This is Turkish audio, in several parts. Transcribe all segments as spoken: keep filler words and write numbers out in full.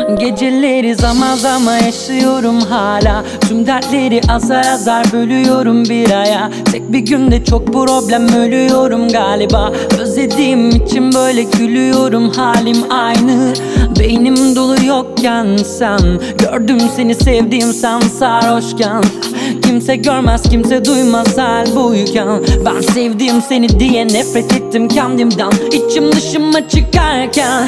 Geceleri zaman zaman yaşıyorum hala. Tüm dertleri azar azar bölüyorum bir aya. Tek bir günde çok problem ölüyorum galiba. Özlediğim için böyle gülüyorum, halim aynı. Beynim dolu yokken sen, gördüm seni sevdiğim sen sarhoşken. Kimse görmez kimse duymaz hal buyken, ben sevdim seni diye nefret ettim kendimden. İçim dışıma çıkarken,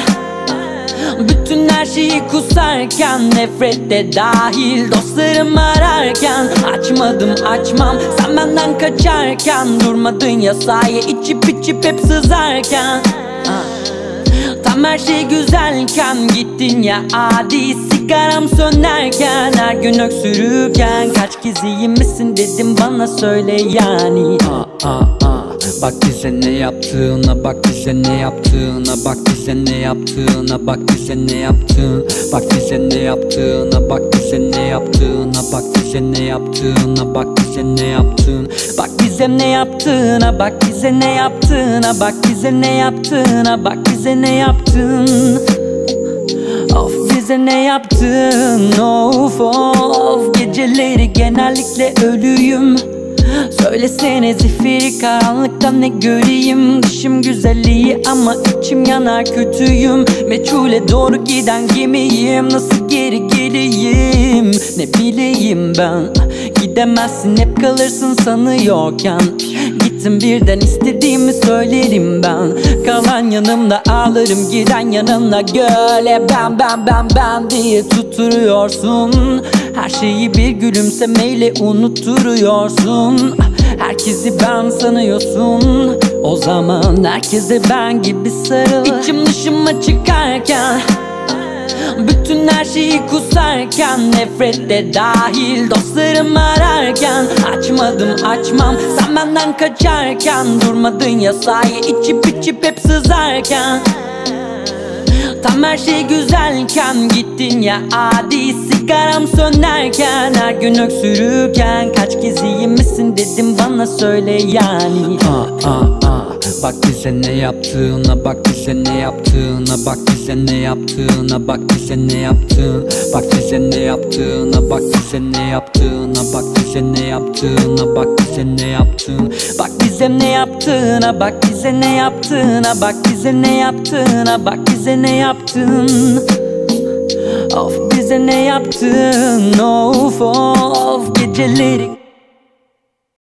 bütün her şeyi kusarken, nefret de dahil dostlarım ararken. Açmadım açmam sen benden kaçarken, durmadın ya saye içip içip hep sızarken. Tam her şey güzelken gittin ya adi, sigaram sönerken, her gün öksürürken. Kaç kez iyi misin dedim bana söyle yani. Aa, aa, aa. Bak bize ne yaptığına, bak bize ne yaptığına, bak bize ne yaptığına, bak bize ne yaptığın, bak bize ne yaptığına, bak bize ne yaptığına, bak bize ne yaptığına, bak bize ne yaptığın, bak bize ne yaptığına, bak bize ne yaptığına, bak bize ne yaptığına, bak bize ne yaptın. Of bize ne yaptın, of of. Geceleri genellikle ölüyüm. Söylesene zifiri karanlıkta ne göreyim. Dışım güzelliği ama içim yanar kötüyüm. Meçhule doğru giden gemiyim, nasıl geri geleyim ne bileyim ben. Gidemezsin hep kalırsın sanıyorken, gittim birden istediğimi söylerim ben. Kalan yanımda ağlarım, giden yanımda göle ben ben ben ben diye tutturuyorsun. Her şeyi bir gülümsemeyle unutturuyorsun. Herkesi ben sanıyorsun, o zaman herkese ben gibi sarıl. İçim dışıma çıkarken, bütün her şeyi kusarken, nefret de dahil dostlarım ararken. Açmadım açmam sen benden kaçarken, durmadın ya saye içip içip hep sızarken. Tam her şey güzelken gittin ya adi, sigaram sönerken, her gün öksürürken. Kaç kez iyi misin dedim bana söyle yani. Aa, aa, aa. Bak bize ne yaptığına, bak bize ne yaptığına, bak bize ne yaptığına, bak bize ne yaptığın, bak bize ne yaptığına, bak bize ne yaptığına, bak bize ne yaptığına, bak bize ne yaptığın, bak bize ne yaptığına, bak bize ne yaptığına, bak bize ne yaptığına, bak bize ne yaptın. Of bize ne yaptın, of of. Geceleri